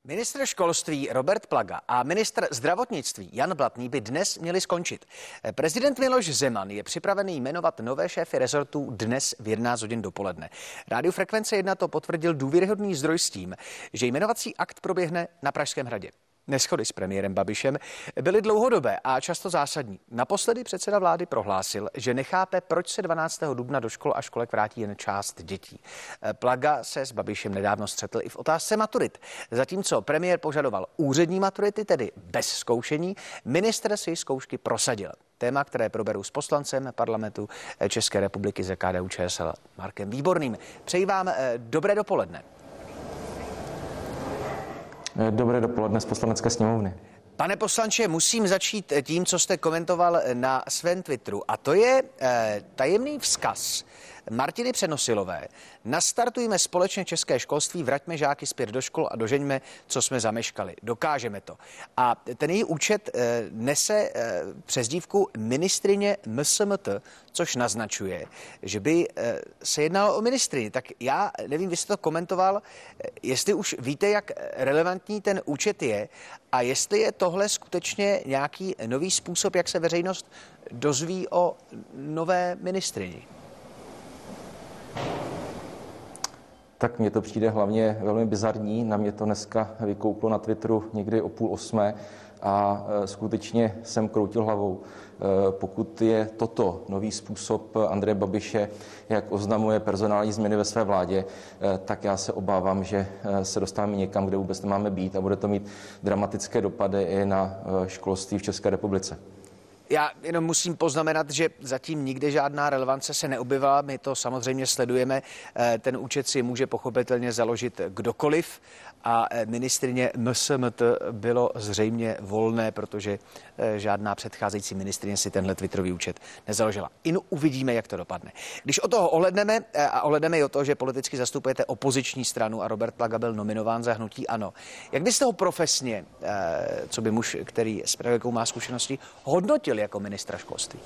Ministr školství Robert Plaga a ministr zdravotnictví Jan Blatný by dnes měli skončit. Prezident Miloš Zeman je připravený jmenovat nové šéfy rezortů dnes v 11 hodin dopoledne. Rádiu Frekvence 1 to potvrdil důvěryhodný zdroj s tím, že jmenovací akt proběhne na Pražském hradě. Neshody s premiérem Babišem byly dlouhodobé a často zásadní. Naposledy předseda vlády prohlásil, že nechápe, proč se 12. dubna do škol a školek vrátí jen část dětí. Plaga se s Babišem nedávno střetl i v otázce maturit. Zatímco premiér požadoval úřední maturity, tedy bez zkoušení, ministr si zkoušky prosadil. Téma, které proberu s poslancem parlamentu České republiky za KDU-ČSL Markem Výborným. Přeji vám dobré dopoledne. Dobré dopoledne z Poslanecké sněmovny. Pane poslanče, musím začít tím, co jste komentoval na svém Twitteru, a to je tajemný vzkaz Martiny Přenosilové. Nastartujme společně české školství, vraťme žáky zpět do škol a dožeňme, co jsme zameškali. Dokážeme to. A ten její účet nese přezdívku ministryně MSMT, což naznačuje, že by se jednalo o ministryni. Tak já nevím, vy jste to komentoval, jestli už víte, jak relevantní ten účet je a jestli je tohle skutečně nějaký nový způsob, jak se veřejnost dozví o nové ministryni. Tak mně to přijde hlavně velmi bizarní. Na mě to dneska vykouklo na Twitteru někdy o 7:30 a skutečně jsem kroutil hlavou. Pokud je toto nový způsob Andreje Babiše, jak oznamuje personální změny ve své vládě, tak já se obávám, že se dostáváme někam, kde vůbec nemáme být a bude to mít dramatické dopady i na školství v České republice. Já jenom musím poznamenat, že zatím nikde žádná relevance se neobjevila. My to samozřejmě sledujeme. Ten účet si může pochopitelně založit kdokoliv a ministryně MSMT bylo zřejmě volné, protože žádná předcházející ministryně si tenhle twitterový účet nezaložila. Uvidíme, jak to dopadne. Když od toho ohledneme a ohledeme i o to, že politicky zastupujete opoziční stranu a Robert Plaga byl nominován za hnutí ANO, jak byste ho profesně, co by muž, který s pedagogikou má zkušenosti, hodnotil jako ministra školství?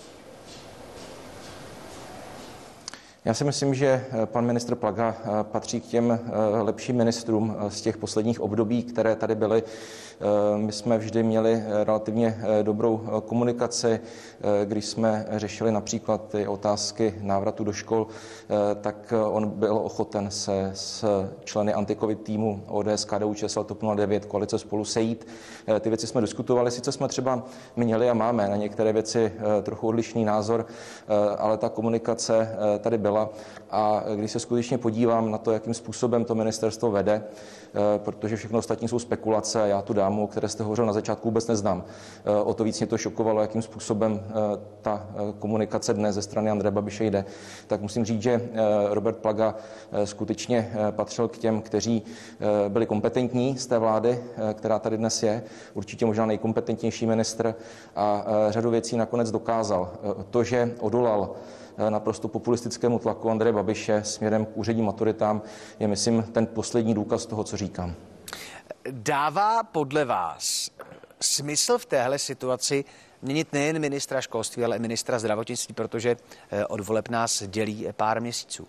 Já si myslím, že pan ministr Plaga patří k těm lepším ministrům z těch posledních období, které tady byly. My jsme vždy měli relativně dobrou komunikaci, když jsme řešili například ty otázky návratu do škol, tak on byl ochoten se s členy anti-covid týmu ODS, KDU-ČSL, TOP 09, koalice Spolu sejít. Ty věci jsme diskutovali, sice jsme třeba měli a máme na některé věci trochu odlišný názor, ale ta komunikace tady byla. A když se skutečně podívám na to, jakým způsobem to ministerstvo vede, protože všechno ostatní jsou spekulace a já tu dámu, o které jste hovořil na začátku, vůbec neznám. O to víc mě to šokovalo, jakým způsobem ta komunikace dnes ze strany Andreje Babiše jde. Tak musím říct, že Robert Plaga skutečně patřil k těm, kteří byli kompetentní z té vlády, která tady dnes je. Určitě možná nejkompetentnější ministr a řadu věcí nakonec dokázal. To, že odolal naprosto populistickému tlaku Andreje Babiše směrem k úředním maturitám, je, myslím, ten poslední důkaz toho, co říkám. Dává podle vás smysl v téhle situaci měnit nejen ministra školství, ale i ministra zdravotnictví, protože od voleb nás dělí pár měsíců?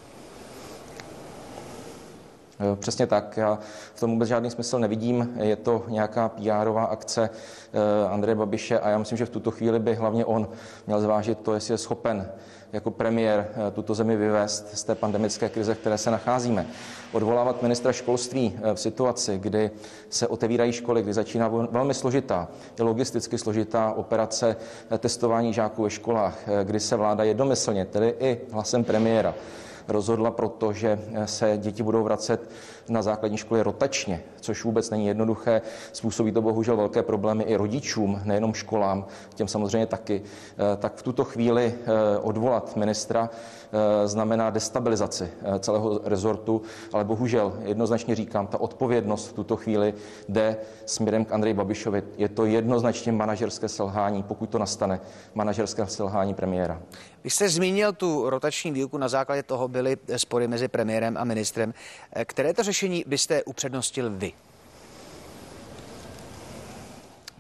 Přesně tak. Já v tom vůbec žádný smysl nevidím. Je to nějaká PR-ová akce Andreje Babiše a já myslím, že v tuto chvíli by hlavně on měl zvážit to, jestli je schopen jako premiér tuto zemi vyvést z té pandemické krize, v které se nacházíme. Odvolávat ministra školství v situaci, kdy se otevírají školy, kdy začíná velmi složitá, i logisticky složitá operace testování žáků ve školách, kdy se vláda jednomyslně, tedy i hlasem premiéra, rozhodla proto, že se děti budou vracet na základní školy rotačně, což vůbec není jednoduché. Způsobí to bohužel velké problémy i rodičům, nejenom školám, těm samozřejmě taky. Tak v tuto chvíli odvolat ministra znamená destabilizaci celého rezortu, ale bohužel jednoznačně říkám, ta odpovědnost v tuto chvíli jde směrem k Andreji Babišovi. Je to jednoznačně manažerské selhání, pokud to nastane, manažerské selhání premiéra. Vy jste zmínil tu rotační výuku, na základě toho byly spory mezi premiérem a ministrem. Které to řešení byste upřednostil vy?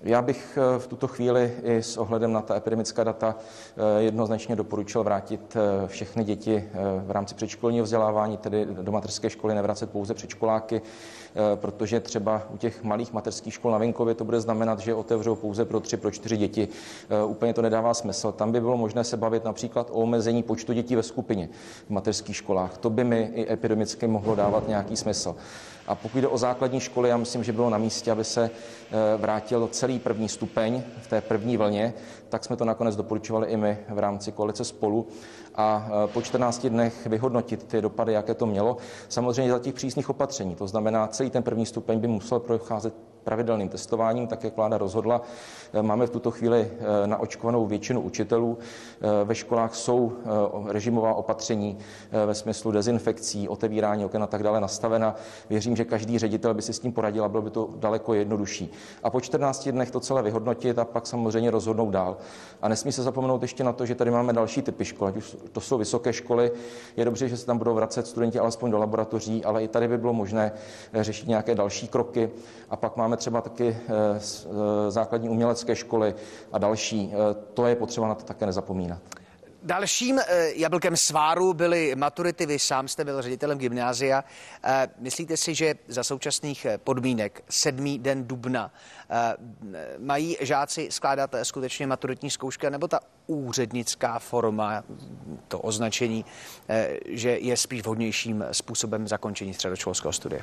Já bych v tuto chvíli i s ohledem na ta epidemická data jednoznačně doporučil vrátit všechny děti v rámci předškolního vzdělávání, tedy do mateřské školy, nevracet pouze předškoláky, protože třeba u těch malých mateřských škol na venkově to bude znamenat, že otevřou pouze pro 3, pro 4 děti. Úplně to nedává smysl. Tam by bylo možné se bavit například o omezení počtu dětí ve skupině v mateřských školách. To by mi i epidemicky mohlo dávat nějaký smysl. A pokud jde o základní školy, já myslím, že bylo na místě, aby se vrátil celý první stupeň v té první vlně, tak jsme to nakonec doporučovali i my v rámci koalice Spolu a po 14 dnech vyhodnotit ty dopady, jaké to mělo. Samozřejmě za těch přísných opatření, to znamená, celý ten první stupeň by musel procházet pravidelným testováním, tak jak vláda rozhodla. Máme v tuto chvíli naočkovanou většinu učitelů. Ve školách jsou režimová opatření ve smyslu dezinfekcí, otevírání oken a tak dále nastavena. Věřím, že každý ředitel by si s tím poradil a bylo by to daleko jednodušší. A po 14 dnech to celé vyhodnotit a pak samozřejmě rozhodnout dál. A nesmí se zapomenout ještě na to, že tady máme další typy škol, ať už to jsou vysoké školy. Je dobře, že se tam budou vracet studenti alespoň do laboratoří, ale i tady by bylo možné řešit nějaké další kroky. A pak máme třeba taky základní umělecké školy a další. To je potřeba na to také nezapomínat. Dalším jablkem sváru byly maturity. Vy sám jste byl ředitelem gymnázia. Myslíte si, že za současných podmínek 7. den dubna mají žáci skládat skutečně maturitní zkoušky, nebo ta úřednická forma, to označení, že je spíš vhodnějším způsobem zakončení středoškolského studia?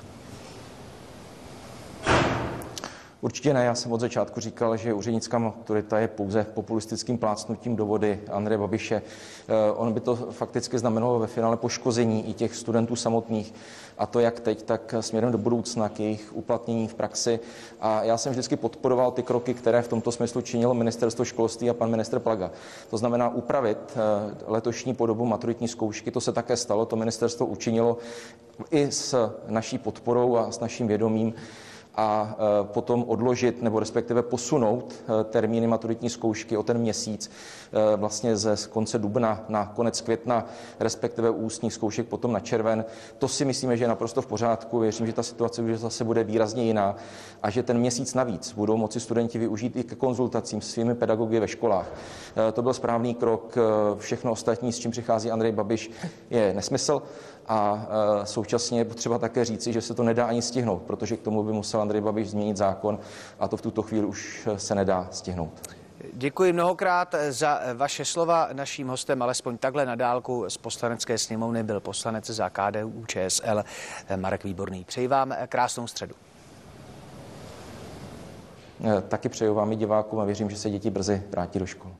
Určitě ne, já jsem od začátku říkal, že úřednická maturita je pouze populistickým plácnutím do vody Andreje Babiše. On by to fakticky znamenalo ve finále poškození i těch studentů samotných, a to jak teď, tak směrem do budoucna k jejich uplatnění v praxi. A já jsem vždycky podporoval ty kroky, které v tomto smyslu činilo ministerstvo školství a pan ministr Plaga. To znamená upravit letošní podobu maturitní zkoušky, to se také stalo, to ministerstvo učinilo i s naší podporou a s naším vědomím, a potom odložit nebo respektive posunout termíny maturitní zkoušky o ten měsíc vlastně ze konce dubna na konec května, respektive ústních zkoušek potom na červen. To si myslíme, že je naprosto v pořádku. Věřím, že ta situace už zase bude výrazně jiná a že ten měsíc navíc budou moci studenti využít i ke konzultacím s svými pedagogy ve školách. To byl správný krok. Všechno ostatní, s čím přichází Andrej Babiš, je nesmysl. A současně je potřeba také říci, že se to nedá ani stihnout, protože k tomu by musel Andrej Babiš změnit zákon a to v tuto chvíli už se nedá stihnout. Děkuji mnohokrát za vaše slova. Naším hostem alespoň takhle na dálku z Poslanecké sněmovny byl poslanec za KDU-ČSL Marek Výborný. Přeji vám krásnou středu. Taky přeju vám i divákům a věřím, že se děti brzy vrátí do škol.